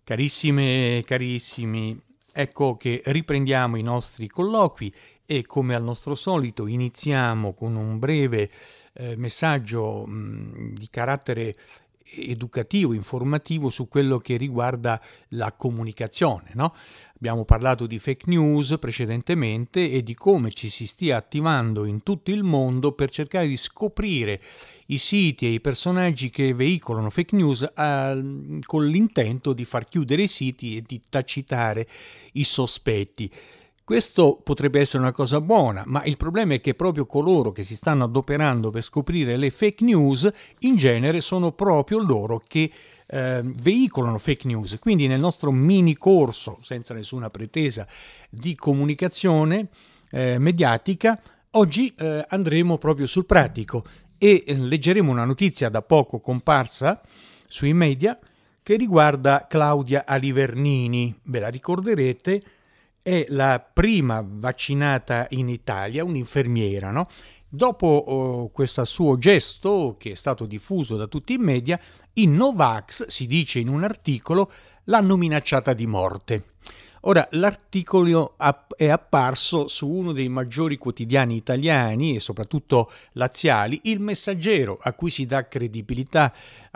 Carissime e carissimi, ecco che riprendiamo i nostri colloqui e come al nostro solito iniziamo con un breve messaggio di carattere educativo, informativo su quello che riguarda la comunicazione, no? Abbiamo parlato di fake news precedentemente e di come ci si stia attivando in tutto il mondo per cercare di scoprire i siti e i personaggi che veicolano fake news con l'intento di far chiudere i siti e di tacitare i sospetti. Questo potrebbe essere una cosa buona, ma il problema è che proprio coloro che si stanno adoperando per scoprire le fake news in genere sono proprio loro che veicolano fake news. Quindi nel nostro mini corso, senza nessuna pretesa di comunicazione mediatica, oggi andremo proprio sul pratico e leggeremo una notizia da poco comparsa sui media che riguarda Claudia Alivernini. Ve la ricorderete, è la prima vaccinata in Italia, un'infermiera, no? Dopo questo suo gesto, che è stato diffuso da tutti i media, i Novax, si dice in un articolo, l'hanno minacciata di morte. Ora, l'articolo è apparso su uno dei maggiori quotidiani italiani e soprattutto laziali, Il Messaggero, a cui si dà credibilità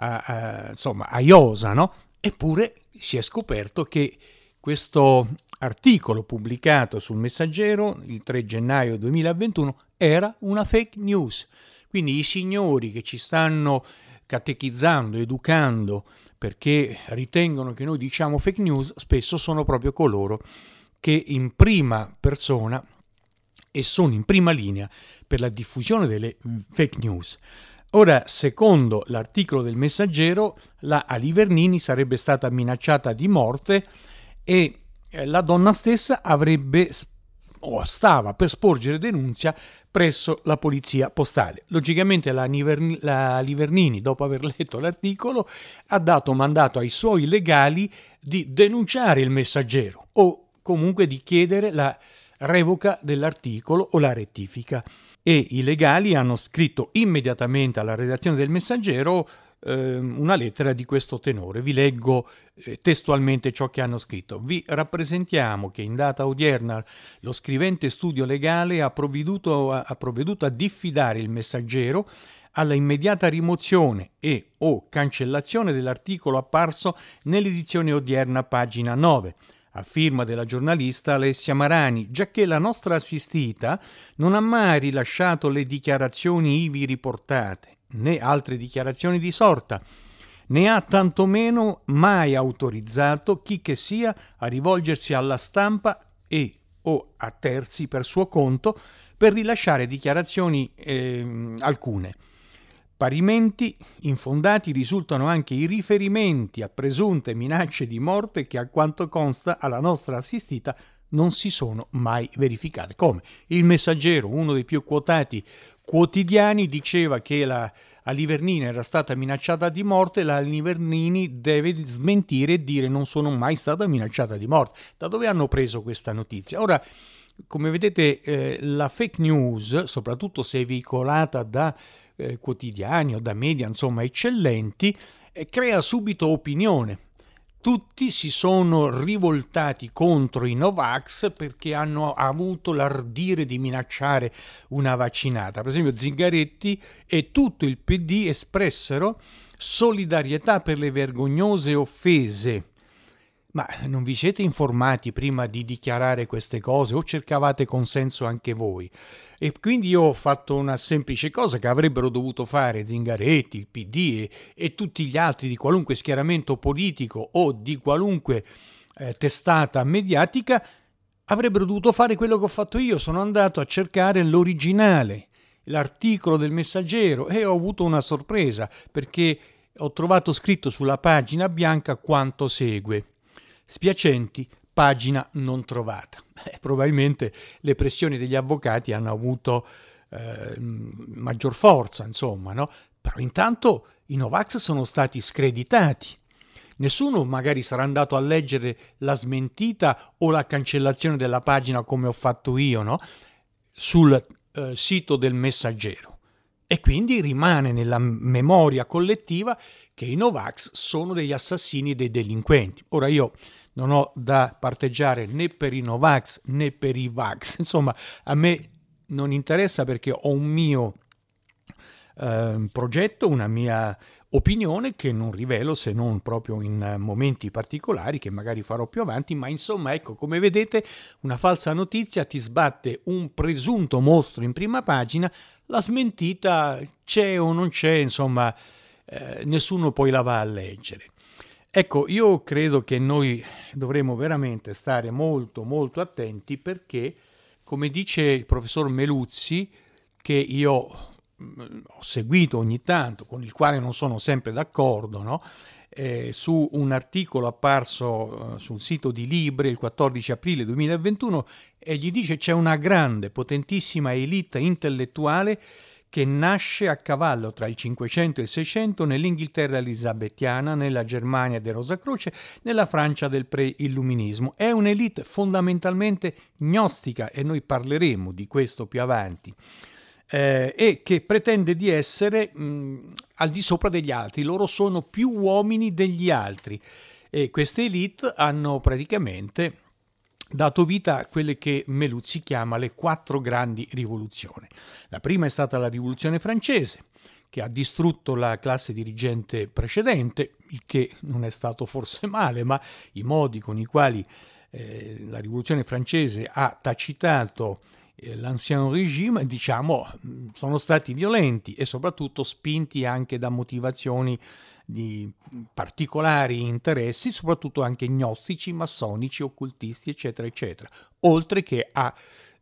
a iosa, no? Eppure si è scoperto che questo articolo pubblicato sul Messaggero il 3 gennaio 2021 era una fake news. Quindi i signori che ci stanno catechizzando, educando, perché ritengono che noi diciamo fake news, spesso sono proprio coloro che in prima persona e sono in prima linea per la diffusione delle fake news. Ora, secondo l'articolo del Messaggero, la Alivernini sarebbe stata minacciata di morte e la donna stessa avrebbe stava per sporgere denuncia presso la polizia postale. Logicamente la Alivernini, dopo aver letto l'articolo, ha dato mandato ai suoi legali di denunciare il Messaggero o comunque di chiedere la revoca dell'articolo o la rettifica. E i legali hanno scritto immediatamente alla redazione del Messaggero una lettera di questo tenore. Vi leggo testualmente ciò che hanno scritto. Vi rappresentiamo che in data odierna lo scrivente studio legale ha provveduto a diffidare il Messaggero alla immediata rimozione e o cancellazione dell'articolo apparso nell'edizione odierna, pagina 9, a firma della giornalista Alessia Marani, giacché la nostra assistita non ha mai rilasciato le dichiarazioni ivi riportate, né altre dichiarazioni di sorta, né ha tantomeno mai autorizzato chi che sia a rivolgersi alla stampa e o a terzi per suo conto per rilasciare dichiarazioni alcune. Parimenti infondati risultano anche i riferimenti a presunte minacce di morte che, a quanto consta, alla nostra assistita non si sono mai verificate. Come? Il Messaggero, uno dei più quotati quotidiani, diceva che la Alivernini era stata minacciata di morte, la Alivernini deve smentire e dire non sono mai stata minacciata di morte. Da dove hanno preso questa notizia? Ora, come vedete, la fake news, soprattutto se veicolata da quotidiani o da media, insomma, eccellenti, crea subito opinione. Tutti si sono rivoltati contro i Novax perché hanno avuto l'ardire di minacciare una vaccinata. Per esempio Zingaretti e tutto il PD espressero solidarietà per le vergognose offese. Ma non vi siete informati prima di dichiarare queste cose o cercavate consenso anche voi? E quindi io ho fatto una semplice cosa che avrebbero dovuto fare Zingaretti, il PD e tutti gli altri di qualunque schieramento politico o di qualunque testata mediatica, avrebbero dovuto fare quello che ho fatto io. Sono andato a cercare l'originale, l'articolo del Messaggero, e ho avuto una sorpresa perché ho trovato scritto sulla pagina bianca quanto segue. Spiacenti, pagina non trovata. Probabilmente le pressioni degli avvocati hanno avuto maggior forza, insomma, no? Però intanto i Novax sono stati screditati. Nessuno magari sarà andato a leggere la smentita o la cancellazione della pagina come ho fatto io, no? Sul sito del Messaggero. E quindi rimane nella memoria collettiva che i Novax sono degli assassini e dei delinquenti. Ora io non ho da parteggiare né per i Novax né per i Vax, insomma a me non interessa perché ho un mio progetto, una mia opinione che non rivelo se non proprio in momenti particolari che magari farò più avanti, ma insomma ecco, come vedete, una falsa notizia ti sbatte un presunto mostro in prima pagina, la smentita c'è o non c'è, insomma nessuno poi la va a leggere. Ecco, io credo che noi dovremo veramente stare molto molto attenti perché, come dice il professor Meluzzi, che io ho seguito ogni tanto, con il quale non sono sempre d'accordo, no? Su un articolo apparso sul sito di Libre il 14 aprile 2021, e gli dice c'è una grande, potentissima elite intellettuale che nasce a cavallo tra il 500 e il 600 nell'Inghilterra elisabettiana, nella Germania del Rosacroce, nella Francia del pre-illuminismo. È un'elite fondamentalmente gnostica e noi parleremo di questo più avanti. E che pretende di essere al di sopra degli altri, loro sono più uomini degli altri e queste elite hanno praticamente dato vita a quelle che Meluzzi chiama le 4 grandi rivoluzioni. La prima è stata la rivoluzione francese, che ha distrutto la classe dirigente precedente, il che non è stato forse male, ma i modi con i quali la rivoluzione francese ha tacitato l'ancien regime, diciamo, sono stati violenti e soprattutto spinti anche da motivazioni di particolari interessi, soprattutto anche gnostici, massonici, occultisti, eccetera, eccetera, oltre che a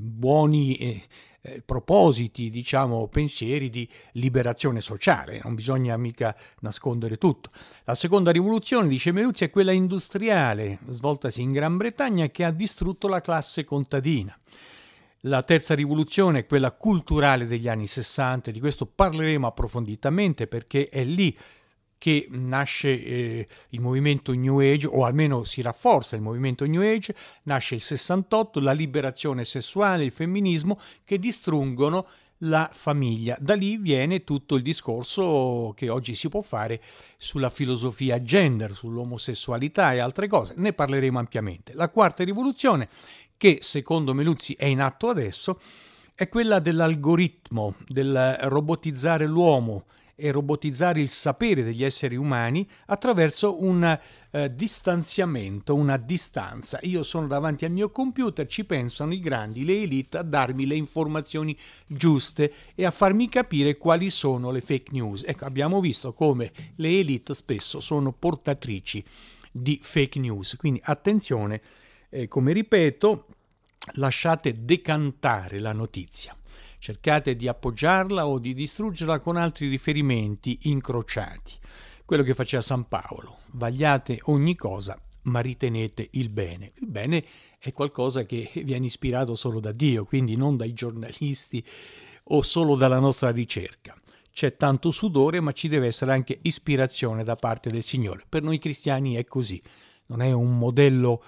buoni propositi, diciamo, pensieri di liberazione sociale, non bisogna mica nascondere tutto. La seconda rivoluzione, dice Meluzzi, è quella industriale, svoltasi in Gran Bretagna, che ha distrutto la classe contadina. La terza rivoluzione è quella culturale degli anni 60, di questo parleremo approfonditamente perché è lì che nasce il movimento New Age, o almeno si rafforza il movimento New Age, nasce il 68, la liberazione sessuale, il femminismo, che distruggono la famiglia. Da lì viene tutto il discorso che oggi si può fare sulla filosofia gender, sull'omosessualità e altre cose. Ne parleremo ampiamente. La quarta rivoluzione, che secondo Meluzzi è in atto adesso, è quella dell'algoritmo, del robotizzare l'uomo e robotizzare il sapere degli esseri umani attraverso un distanziamento, una distanza. Io sono davanti al mio computer, ci pensano i grandi, le elite, a darmi le informazioni giuste e a farmi capire quali sono le fake news. Ecco, abbiamo visto come le elite spesso sono portatrici di fake news, quindi attenzione, come ripeto, lasciate decantare la notizia. Cercate di appoggiarla o di distruggerla con altri riferimenti incrociati. Quello che faceva San Paolo. Vagliate ogni cosa, ma ritenete il bene. Il bene è qualcosa che viene ispirato solo da Dio, quindi non dai giornalisti o solo dalla nostra ricerca. C'è tanto sudore, ma ci deve essere anche ispirazione da parte del Signore. Per noi cristiani è così. Non è un modello,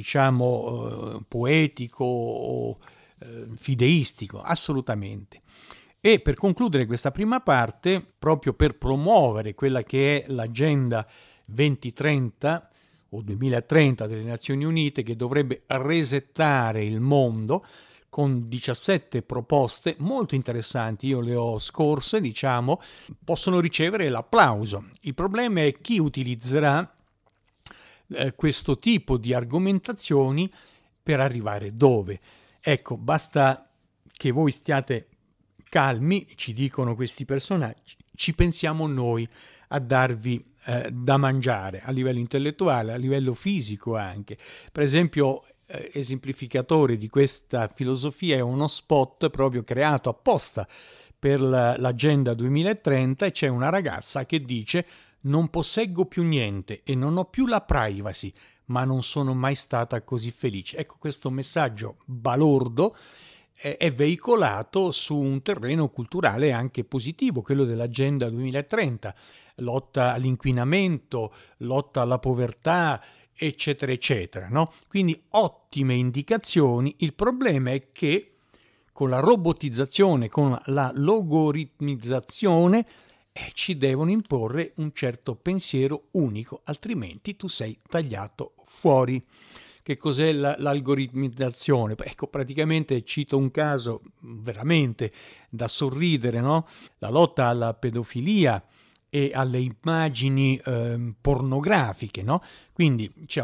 diciamo, poetico o fideistico, assolutamente. E per concludere questa prima parte, proprio per promuovere quella che è l'agenda 2030 o 2030 delle Nazioni Unite, che dovrebbe resettare il mondo con 17 proposte molto interessanti, io le ho scorse, diciamo, possono ricevere l'applauso. Il problema è chi utilizzerà questo tipo di argomentazioni per arrivare dove. Ecco, basta che voi stiate calmi, ci dicono questi personaggi, ci pensiamo noi a darvi da mangiare a livello intellettuale, a livello fisico anche. Per esempio, esemplificatore di questa filosofia è uno spot proprio creato apposta per l'Agenda 2030 e c'è una ragazza che dice: non posseggo più niente e non ho più la privacy, ma non sono mai stata così felice. Ecco, questo messaggio balordo è veicolato su un terreno culturale anche positivo, quello dell'Agenda 2030, lotta all'inquinamento, lotta alla povertà, eccetera, eccetera, no? Quindi ottime indicazioni. Il problema è che con la robotizzazione, con la logoritmizzazione, ci devono imporre un certo pensiero unico, altrimenti tu sei tagliato fuori. Che cos'è l'algoritmizzazione? Ecco, praticamente cito un caso veramente da sorridere, no? La lotta alla pedofilia e alle immagini pornografiche, no? Quindi c'è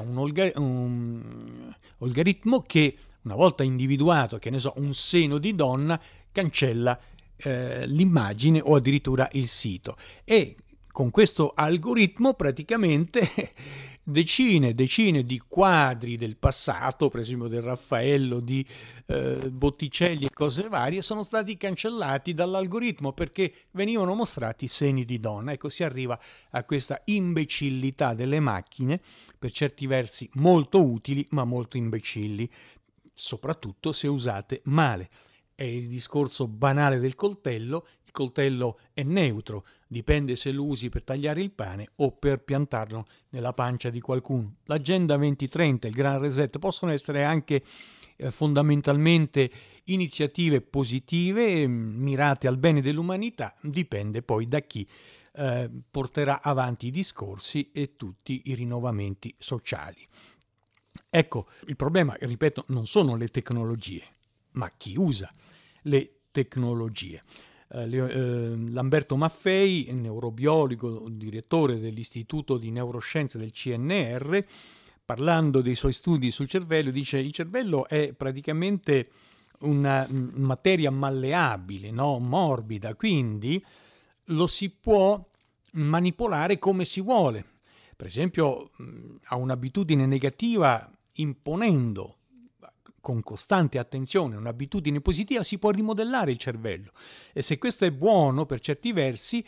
un algoritmo che, una volta individuato, che ne so, un seno di donna, cancella l'immagine o addirittura il sito. E con questo algoritmo praticamente decine di quadri del passato, per esempio del Raffaello, di Botticelli e cose varie, sono stati cancellati dall'algoritmo perché venivano mostrati seni di donna. Ecco, si arriva a questa imbecillità delle macchine, per certi versi molto utili ma molto imbecilli, soprattutto se usate male. È il discorso banale del coltello. Il coltello è neutro, dipende se lo usi per tagliare il pane o per piantarlo nella pancia di qualcuno. L'Agenda 2030, il Gran Reset possono essere anche fondamentalmente iniziative positive mirate al bene dell'umanità, dipende poi da chi porterà avanti i discorsi e tutti i rinnovamenti sociali. Ecco, il problema, ripeto, non sono le tecnologie, ma chi usa le tecnologie. Lamberto Maffei, neurobiologo, direttore dell'Istituto di Neuroscienze del CNR, parlando dei suoi studi sul cervello, dice: il cervello è praticamente una materia malleabile, no? Morbida, quindi lo si può manipolare come si vuole. Per esempio, ha un'abitudine negativa, imponendo con costante attenzione un'abitudine positiva, si può rimodellare il cervello. E se questo è buono per certi versi,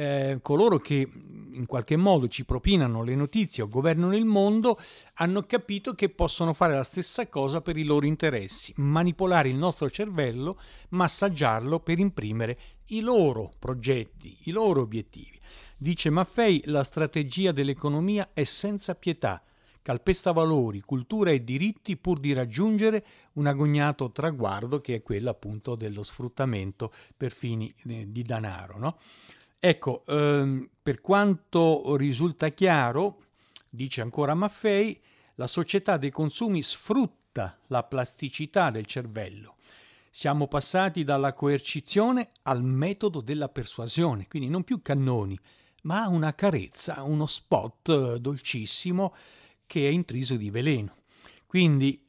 coloro che in qualche modo ci propinano le notizie o governano il mondo hanno capito che possono fare la stessa cosa per i loro interessi, manipolare il nostro cervello, massaggiarlo per imprimere i loro progetti, i loro obiettivi. Dice Maffei: la strategia dell'economia è senza pietà, calpesta valori, cultura e diritti pur di raggiungere un agognato traguardo, che è quello appunto dello sfruttamento per fini di denaro, no? Ecco, per quanto risulta chiaro, dice ancora Maffei, la società dei consumi sfrutta la plasticità del cervello. Siamo passati dalla coercizione al metodo della persuasione, quindi non più cannoni, ma una carezza, uno spot dolcissimo che è intriso di veleno. Quindi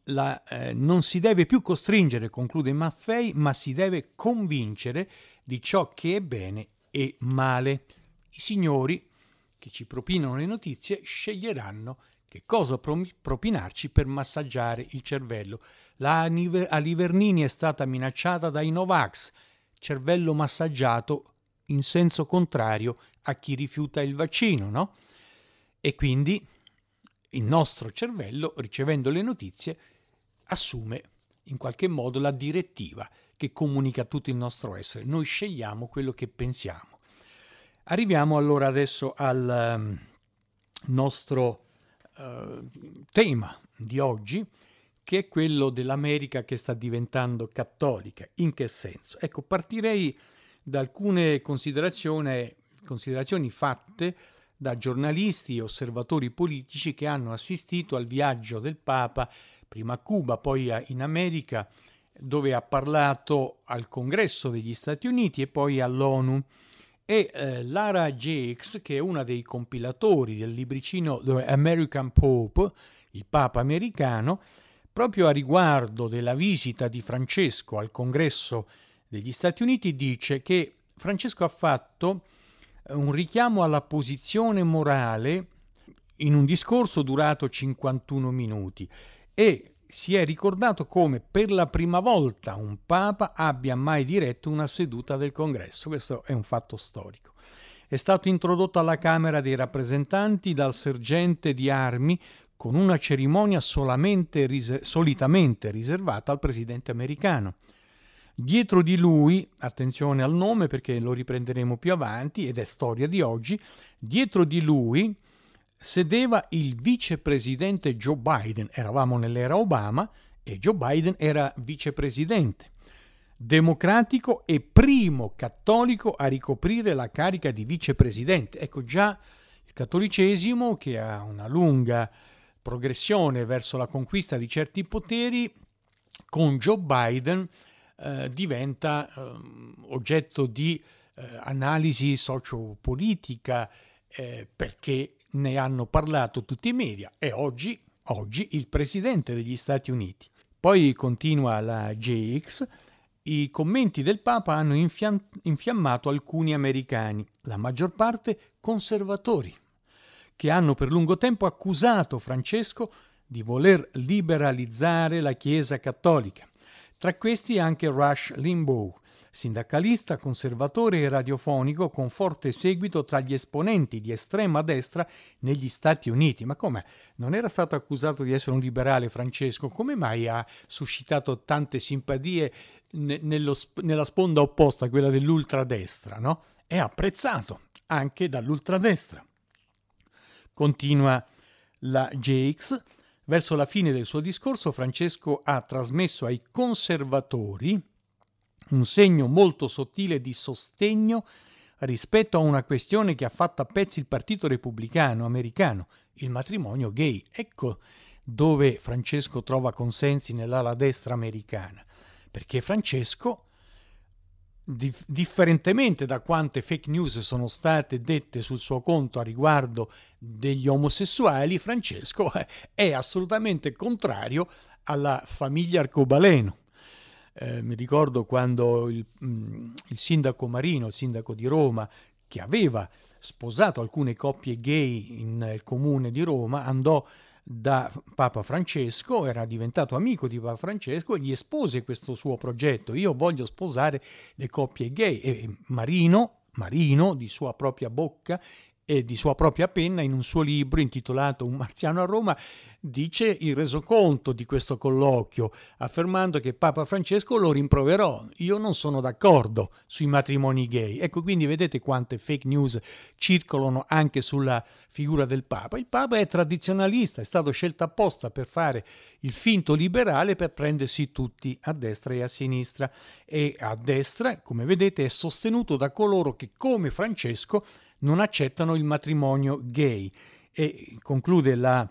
non si deve più costringere, conclude Maffei, ma si deve convincere di ciò che è bene e male. I signori che ci propinano le notizie sceglieranno che cosa propinarci per massaggiare il cervello. La Alivernini è stata minacciata dai Novax, cervello massaggiato in senso contrario a chi rifiuta il vaccino, no? E quindi il nostro cervello, ricevendo le notizie, assume in qualche modo la direttiva che comunica tutto il nostro essere. Noi scegliamo quello che pensiamo. Arriviamo allora adesso al nostro tema di oggi, che è quello dell'America che sta diventando cattolica. In che senso? Ecco, partirei da alcune considerazioni fatte da giornalisti e osservatori politici che hanno assistito al viaggio del Papa, prima a Cuba, poi in America, dove ha parlato al Congresso degli Stati Uniti e poi all'ONU. E Lara Jakes, che è una dei compilatori del libricino The American Pope, il Papa americano, proprio a riguardo della visita di Francesco al Congresso degli Stati Uniti, dice che Francesco ha fatto un richiamo alla posizione morale in un discorso durato 51 minuti e si è ricordato come per la prima volta un Papa abbia mai diretto una seduta del Congresso. Questo è un fatto storico. È stato introdotto alla Camera dei rappresentanti dal sergente di armi con una cerimonia solitamente riservata al presidente americano. Dietro di lui, attenzione al nome perché lo riprenderemo più avanti ed è storia di oggi, dietro di lui sedeva il vicepresidente Joe Biden. Eravamo nell'era Obama e Joe Biden era vicepresidente. democratico e primo cattolico a ricoprire la carica di vicepresidente. Ecco, già il cattolicesimo, che ha una lunga progressione verso la conquista di certi poteri, con Joe Biden diventa oggetto di analisi sociopolitica, perché ne hanno parlato tutti i media, e oggi il presidente degli Stati Uniti. Poi continua la JX: i commenti del Papa hanno infiammato alcuni americani, la maggior parte conservatori, che hanno per lungo tempo accusato Francesco di voler liberalizzare la Chiesa cattolica. Tra questi anche Rush Limbaugh, sindacalista, conservatore e radiofonico con forte seguito tra gli esponenti di estrema destra negli Stati Uniti. Ma come? Non era stato accusato di essere un liberale Francesco? Come mai ha suscitato tante simpatie nella sponda opposta, quella dell'ultradestra, no? È apprezzato anche dall'ultradestra. Continua la JX: verso la fine del suo discorso Francesco ha trasmesso ai conservatori un segno molto sottile di sostegno rispetto a una questione che ha fatto a pezzi il Partito Repubblicano americano, il matrimonio gay. Ecco dove Francesco trova consensi nell'ala destra americana, perché Francesco, differentemente da quante fake news sono state dette sul suo conto a riguardo degli omosessuali, Francesco è assolutamente contrario alla famiglia arcobaleno. Mi ricordo quando il sindaco Marino, il sindaco di Roma, che aveva sposato alcune coppie gay nel comune di Roma, andò da Papa Francesco, era diventato amico di Papa Francesco e gli espose questo suo progetto: io voglio sposare le coppie gay. E Marino, di sua propria bocca e di sua propria penna, in un suo libro intitolato Un marziano a Roma, dice il resoconto di questo colloquio, affermando che Papa Francesco lo rimproverò: io non sono d'accordo sui matrimoni gay. Ecco, quindi vedete quante fake news circolano anche sulla figura del Papa. Il Papa è tradizionalista, è stato scelto apposta per fare il finto liberale, per prendersi tutti a destra e a sinistra, e a destra, come vedete, è sostenuto da coloro che, come Francesco, non accettano il matrimonio gay. E conclude la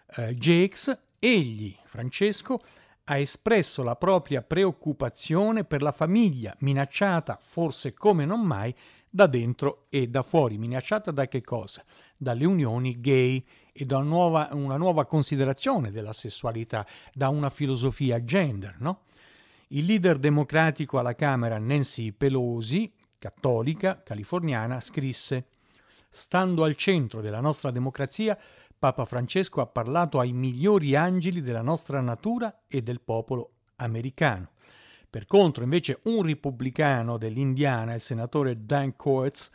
JX: egli, Francesco, ha espresso la propria preoccupazione per la famiglia minacciata, forse come non mai, da dentro e da fuori. Minacciata da che cosa? Dalle unioni gay e da una nuova considerazione della sessualità, da una filosofia gender, no? Il leader democratico alla Camera, Nancy Pelosi, cattolica, californiana, scrisse: stando al centro della nostra democrazia, Papa Francesco ha parlato ai migliori angeli della nostra natura e del popolo americano. Per contro, invece, un repubblicano dell'Indiana, il senatore Dan Coates,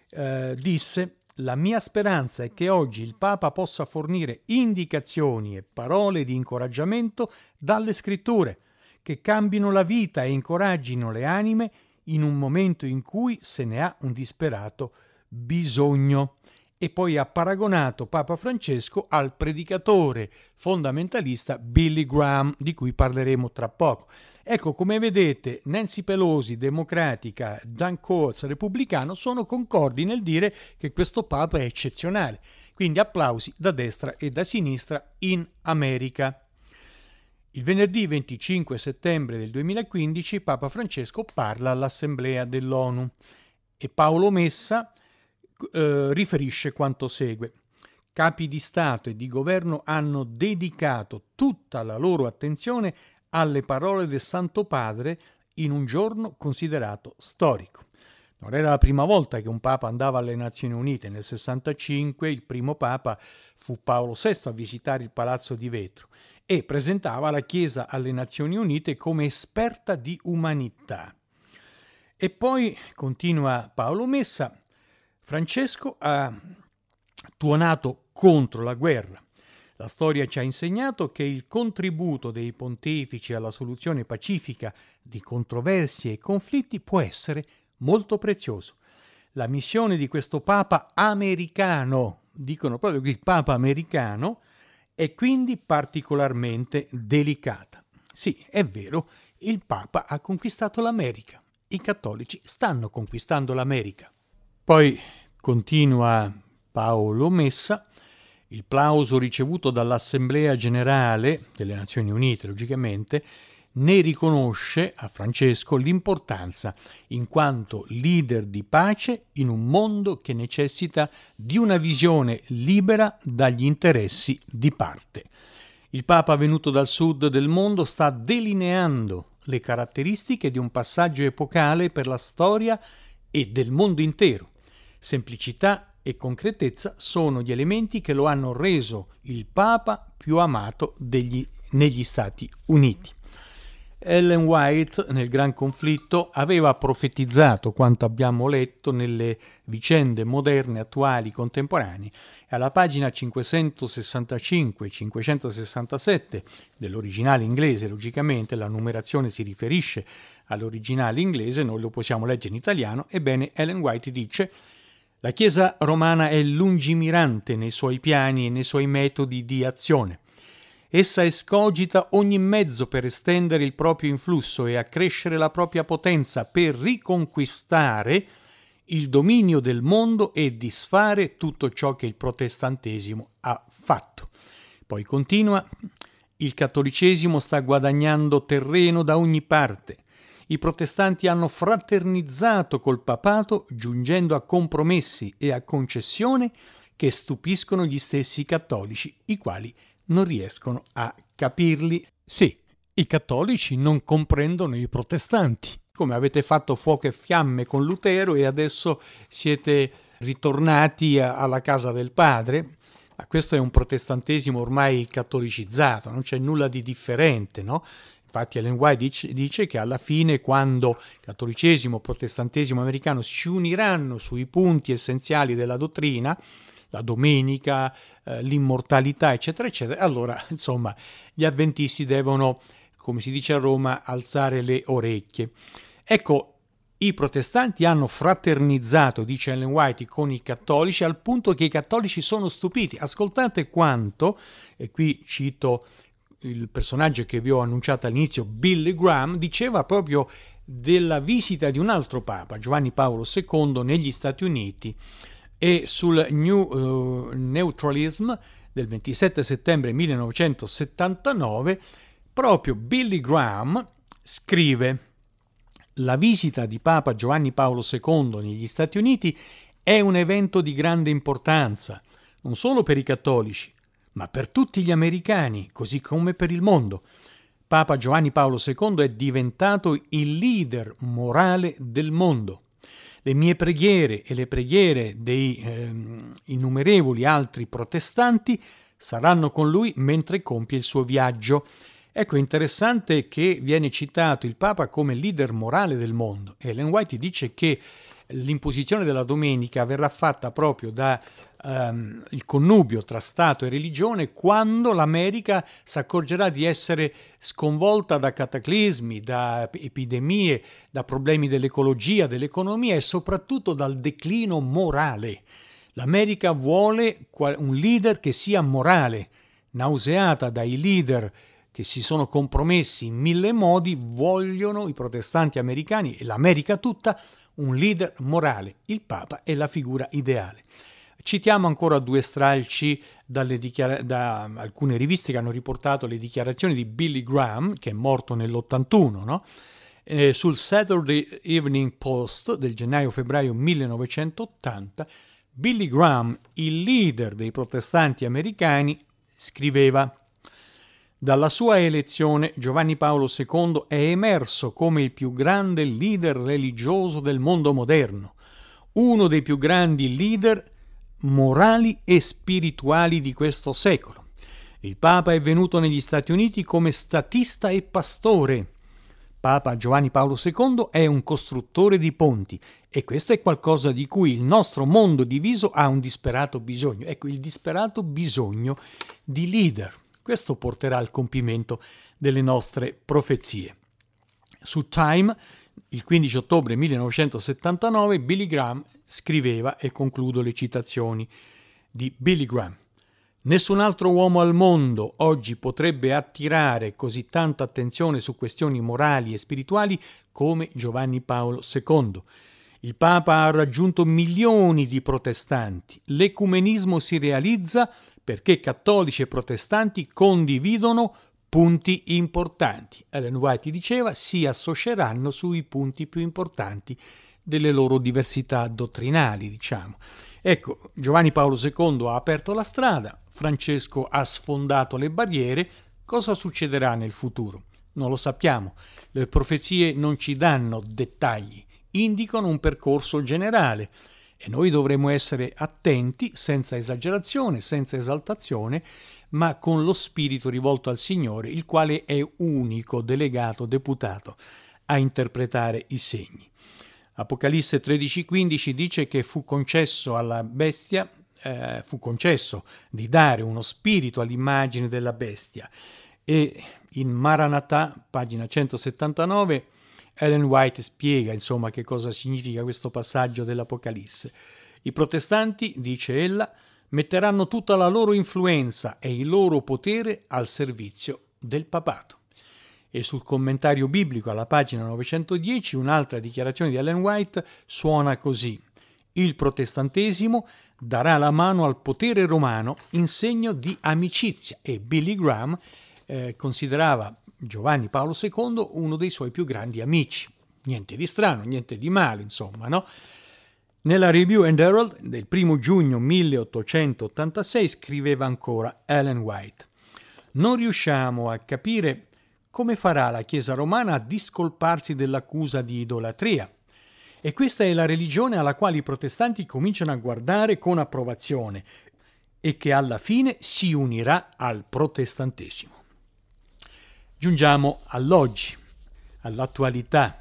disse: la mia speranza è che oggi il Papa possa fornire indicazioni e parole di incoraggiamento dalle scritture, che cambino la vita e incoraggino le anime in un momento in cui se ne ha un disperato bisogno. E poi ha paragonato Papa Francesco al predicatore fondamentalista Billy Graham, di cui parleremo tra poco. Ecco, come vedete, Nancy Pelosi, democratica, Dan Coates, repubblicano, sono concordi nel dire che questo Papa è eccezionale. Quindi applausi da destra e da sinistra in America. Il venerdì 25 settembre del 2015 Papa Francesco parla all'Assemblea dell'ONU e Paolo Messa riferisce quanto segue: capi di Stato e di Governo hanno dedicato tutta la loro attenzione alle parole del Santo Padre in un giorno considerato storico. Non era la prima volta che un Papa andava alle Nazioni Unite. Nel 65 il primo Papa fu Paolo VI a visitare il Palazzo di Vetro e presentava la Chiesa alle Nazioni Unite come esperta di umanità. E poi, continua Paolo Messa, Francesco ha tuonato contro la guerra. La storia ci ha insegnato che il contributo dei pontefici alla soluzione pacifica di controversie e conflitti può essere molto prezioso. La missione di questo Papa americano, dicono proprio qui Papa americano, è quindi particolarmente delicata. Sì, è vero, Il Papa ha conquistato l'America. I cattolici stanno conquistando l'America. Poi continua Paolo Messa, il plauso ricevuto dall'Assemblea Generale delle Nazioni Unite, logicamente, ne riconosce a Francesco l'importanza in quanto leader di pace in un mondo che necessita di una visione libera dagli interessi di parte. Il Papa venuto dal sud del mondo sta delineando le caratteristiche di un passaggio epocale per la storia e del mondo intero. Semplicità e concretezza sono gli elementi che lo hanno reso il Papa più amato negli Stati Uniti. Ellen White, nel Gran Conflitto, aveva profetizzato quanto abbiamo letto nelle vicende moderne, attuali, contemporanee. Alla pagina 565-567 dell'originale inglese, logicamente la numerazione si riferisce all'originale inglese, noi lo possiamo leggere in italiano. Ebbene, Ellen White dice: la Chiesa romana è lungimirante nei suoi piani e nei suoi metodi di azione. Essa escogita ogni mezzo per estendere il proprio influsso e accrescere la propria potenza per riconquistare il dominio del mondo e disfare tutto ciò che il protestantesimo ha fatto. Poi continua: il cattolicesimo sta guadagnando terreno da ogni parte. I protestanti hanno fraternizzato col papato, giungendo a compromessi e a concessioni che stupiscono gli stessi cattolici, i quali non riescono a capirli. Sì, i cattolici non comprendono i protestanti, come avete fatto fuoco e fiamme con Lutero e adesso siete ritornati alla casa del padre. Ma questo è un protestantesimo ormai cattolicizzato, non c'è nulla di differente, no? Infatti Ellen White dice che alla fine, quando cattolicesimo e protestantesimo americano si uniranno sui punti essenziali della dottrina, la domenica, l'immortalità, eccetera, eccetera, allora, insomma, gli avventisti devono, come si dice a Roma, alzare le orecchie. Ecco, i protestanti hanno fraternizzato, dice Ellen White, con i cattolici, al punto che i cattolici sono stupiti. Ascoltate quanto, e qui cito il personaggio che vi ho annunciato all'inizio, Billy Graham, diceva proprio della visita di un altro papa, Giovanni Paolo II, negli Stati Uniti, e sul New Neutralism del 27 settembre 1979, proprio Billy Graham scrive: la visita di Papa Giovanni Paolo II negli Stati Uniti è un evento di grande importanza, non solo per i cattolici, ma per tutti gli americani, così come per il mondo. Papa Giovanni Paolo II è diventato il leader morale del mondo. Le mie preghiere e le preghiere dei innumerevoli altri protestanti saranno con lui mentre compie il suo viaggio. Ecco, è interessante che viene citato il Papa come leader morale del mondo. Ellen White dice che l'imposizione della domenica verrà fatta proprio da il connubio tra Stato e religione, quando l'America si accorgerà di essere sconvolta da cataclismi, da epidemie, da problemi dell'ecologia, dell'economia e soprattutto dal declino morale. L'America vuole un leader che sia morale. Nauseata dai leader che si sono compromessi in mille modi, vogliono i protestanti americani e l'America tutta un leader morale. Il Papa è la figura ideale. Citiamo ancora due stralci da alcune riviste che hanno riportato le dichiarazioni di Billy Graham, che è morto nell'81, no? Sul Saturday Evening Post del gennaio-febbraio 1980, Billy Graham, il leader dei protestanti americani, scriveva: dalla sua elezione Giovanni Paolo II è emerso come il più grande leader religioso del mondo moderno, uno dei più grandi leader morali e spirituali di questo secolo. Il Papa è venuto negli Stati Uniti come statista e pastore. Papa Giovanni Paolo II è un costruttore di ponti e questo è qualcosa di cui il nostro mondo diviso ha un disperato bisogno. Ecco, il disperato bisogno di leader. Questo porterà al compimento delle nostre profezie. Su Time, il 15 ottobre 1979, Billy Graham scriveva, e concludo le citazioni di Billy Graham: Nessun altro uomo al mondo oggi potrebbe attirare così tanta attenzione su questioni morali e spirituali come Giovanni Paolo II. Il Papa ha raggiunto milioni di protestanti. L'ecumenismo si realizza perché cattolici e protestanti condividono punti importanti. Ellen White diceva si associeranno sui punti più importanti delle loro diversità dottrinali, diciamo. Ecco, Giovanni Paolo II ha aperto la strada, Francesco ha sfondato le barriere. Cosa succederà nel futuro? Non lo sappiamo. Le profezie non ci danno dettagli, indicano un percorso generale e noi dovremo essere attenti, senza esagerazione, senza esaltazione, ma con lo spirito rivolto al Signore, il quale è unico, delegato, deputato a interpretare i segni. Apocalisse 13,15 dice che fu concesso alla bestia, fu concesso di dare uno spirito all'immagine della bestia. E in Maranatha, pagina 179, Ellen White spiega insomma che cosa significa questo passaggio dell'Apocalisse. I protestanti, dice ella, metteranno tutta la loro influenza e il loro potere al servizio del papato. E sul commentario biblico alla pagina 910 un'altra dichiarazione di Ellen White suona così: il protestantesimo darà la mano al potere romano in segno di amicizia, e Billy Graham considerava Giovanni Paolo II uno dei suoi più grandi amici. Niente di strano, niente di male, insomma, no? Nella Review and Herald del 1 giugno 1886 scriveva ancora Ellen White: non riusciamo a capire come farà la Chiesa romana a discolparsi dell'accusa di idolatria. E questa è la religione alla quale i protestanti cominciano a guardare con approvazione e che alla fine si unirà al protestantesimo. Giungiamo all'oggi, all'attualità.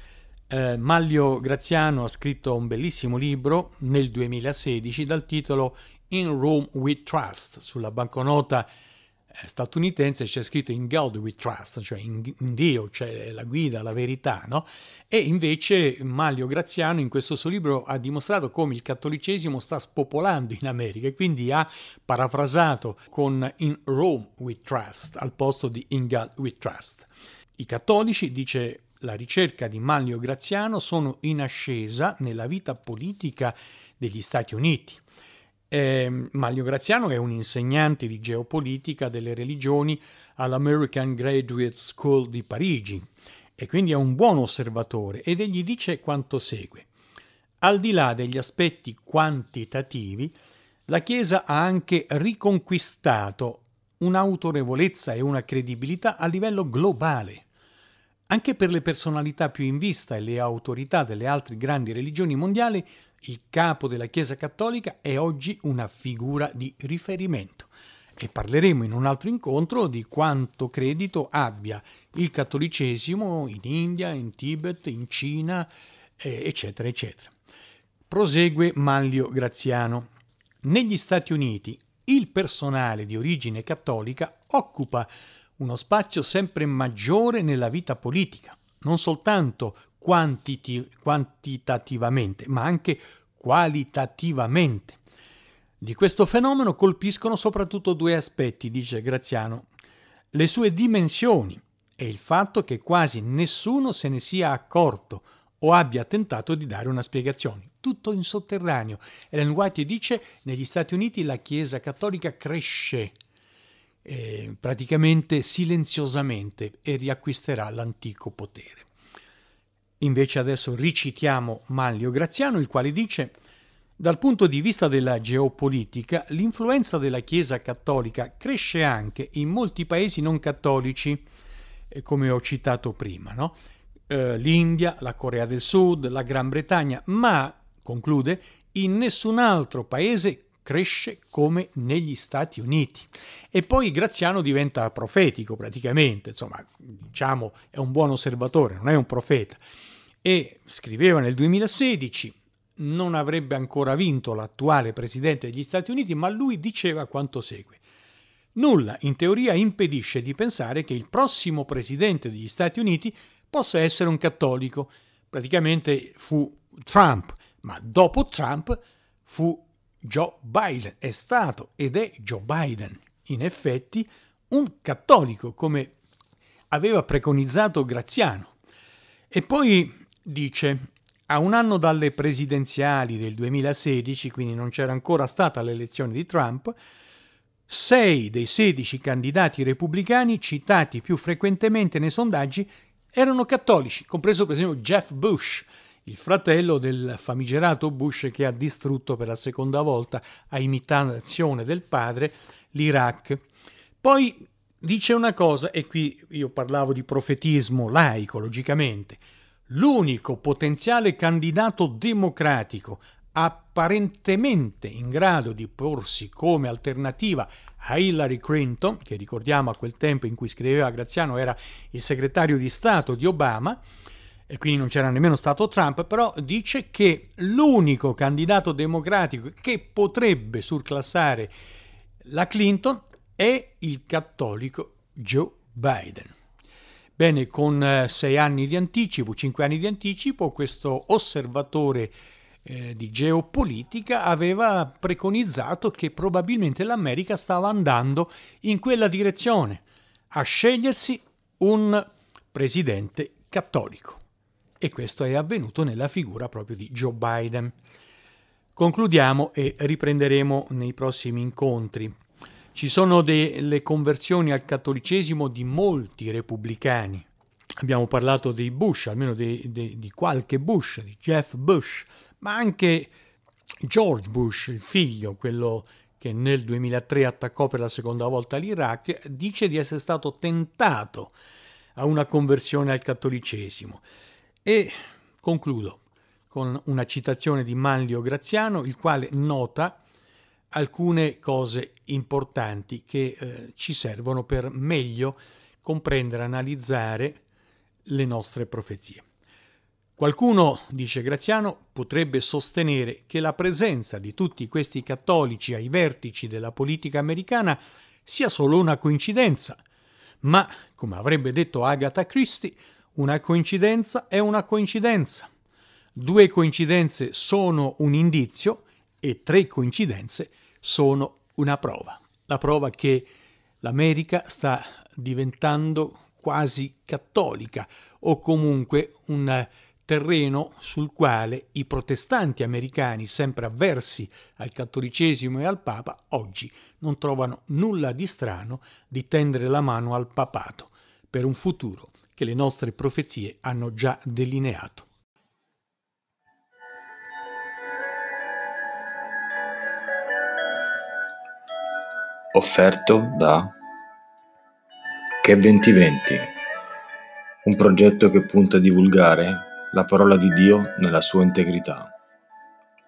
Manlio Graziano ha scritto un bellissimo libro nel 2016 dal titolo In Rome We Trust. Sulla banconota statunitense c'è scritto In God We Trust, cioè in Dio c'è la guida, la verità, no? E invece Manlio Graziano in questo suo libro ha dimostrato come il cattolicesimo sta spopolando in America e quindi ha parafrasato con In Rome We Trust al posto di In God We Trust. I cattolici, dice la ricerca di Manlio Graziano, sono in ascesa nella vita politica degli Stati Uniti. Manlio Graziano è un insegnante di geopolitica delle religioni all'American Graduate School di Parigi e quindi è un buon osservatore, ed egli dice quanto segue: al di là degli aspetti quantitativi, la Chiesa ha anche riconquistato un'autorevolezza e una credibilità a livello globale. Anche per le personalità più in vista e le autorità delle altre grandi religioni mondiali, il capo della Chiesa Cattolica è oggi una figura di riferimento. E parleremo in un altro incontro di quanto credito abbia il cattolicesimo in India, in Tibet, in Cina, eccetera, eccetera. Prosegue Manlio Graziano. Negli Stati Uniti il personale di origine cattolica occupa uno spazio sempre maggiore nella vita politica, non soltanto quantitativamente, ma anche qualitativamente. Di questo fenomeno colpiscono soprattutto due aspetti, dice Graziano: le sue dimensioni e il fatto che quasi nessuno se ne sia accorto o abbia tentato di dare una spiegazione. Tutto in sotterraneo. Ellen White dice: negli Stati Uniti la Chiesa cattolica cresce praticamente silenziosamente e riacquisterà l'antico potere. Invece adesso ricitiamo Manlio Graziano, il quale dice: dal punto di vista della geopolitica, l'influenza della Chiesa cattolica cresce anche in molti paesi non cattolici, come ho citato prima, no? L'India, la Corea del Sud, la Gran Bretagna, ma, conclude, in nessun altro paese cresce come negli Stati Uniti. E poi Graziano diventa profetico praticamente, insomma, diciamo, è un buon osservatore, non è un profeta. E scriveva nel 2016: non avrebbe ancora vinto l'attuale presidente degli Stati Uniti, ma lui diceva quanto segue: nulla in teoria impedisce di pensare che il prossimo presidente degli Stati Uniti possa essere un cattolico. Praticamente fu Trump, ma dopo Trump fu Joe Biden, è stato ed è Joe Biden, in effetti, un cattolico, come aveva preconizzato Graziano. E poi dice: a un anno dalle presidenziali del 2016, quindi non c'era ancora stata l'elezione di Trump, 6 dei 16 candidati repubblicani citati più frequentemente nei sondaggi erano cattolici, compreso per esempio Jeff Bush, il fratello del famigerato Bush che ha distrutto per la seconda volta, a imitazione del padre, l'Iraq. Poi dice una cosa, e qui io parlavo di profetismo laico, logicamente: l'unico potenziale candidato democratico apparentemente in grado di porsi come alternativa a Hillary Clinton, che ricordiamo a quel tempo in cui scriveva Graziano era il segretario di Stato di Obama, e quindi non c'era nemmeno stato Trump, però dice che l'unico candidato democratico che potrebbe surclassare la Clinton è il cattolico Joe Biden. Bene, con 6 anni di anticipo, 5 anni di anticipo, questo osservatore di geopolitica aveva preconizzato che probabilmente l'America stava andando in quella direzione, a scegliersi un presidente cattolico. E questo è avvenuto nella figura proprio di Joe Biden. Concludiamo e riprenderemo nei prossimi incontri. Ci sono delle conversioni al cattolicesimo di molti repubblicani. Abbiamo parlato dei Bush, almeno di qualche Bush, di Jeff Bush, ma anche George Bush, il figlio, quello che nel 2003 attaccò per la seconda volta l'Iraq, dice di essere stato tentato a una conversione al cattolicesimo. E concludo con una citazione di Manlio Graziano, il quale nota alcune cose importanti che ci servono per meglio comprendere, analizzare le nostre profezie. Qualcuno, dice Graziano, potrebbe sostenere che la presenza di tutti questi cattolici ai vertici della politica americana sia solo una coincidenza, ma, come avrebbe detto Agatha Christie, una coincidenza è una coincidenza. 2 coincidenze sono un indizio e 3 coincidenze sono una prova. La prova che l'America sta diventando quasi cattolica, o comunque un terreno sul quale i protestanti americani, sempre avversi al cattolicesimo e al Papa, oggi non trovano nulla di strano di tendere la mano al papato per un futuro che le nostre profezie hanno già delineato. Offerto da Che 2020, un progetto che punta a divulgare la parola di Dio nella sua integrità.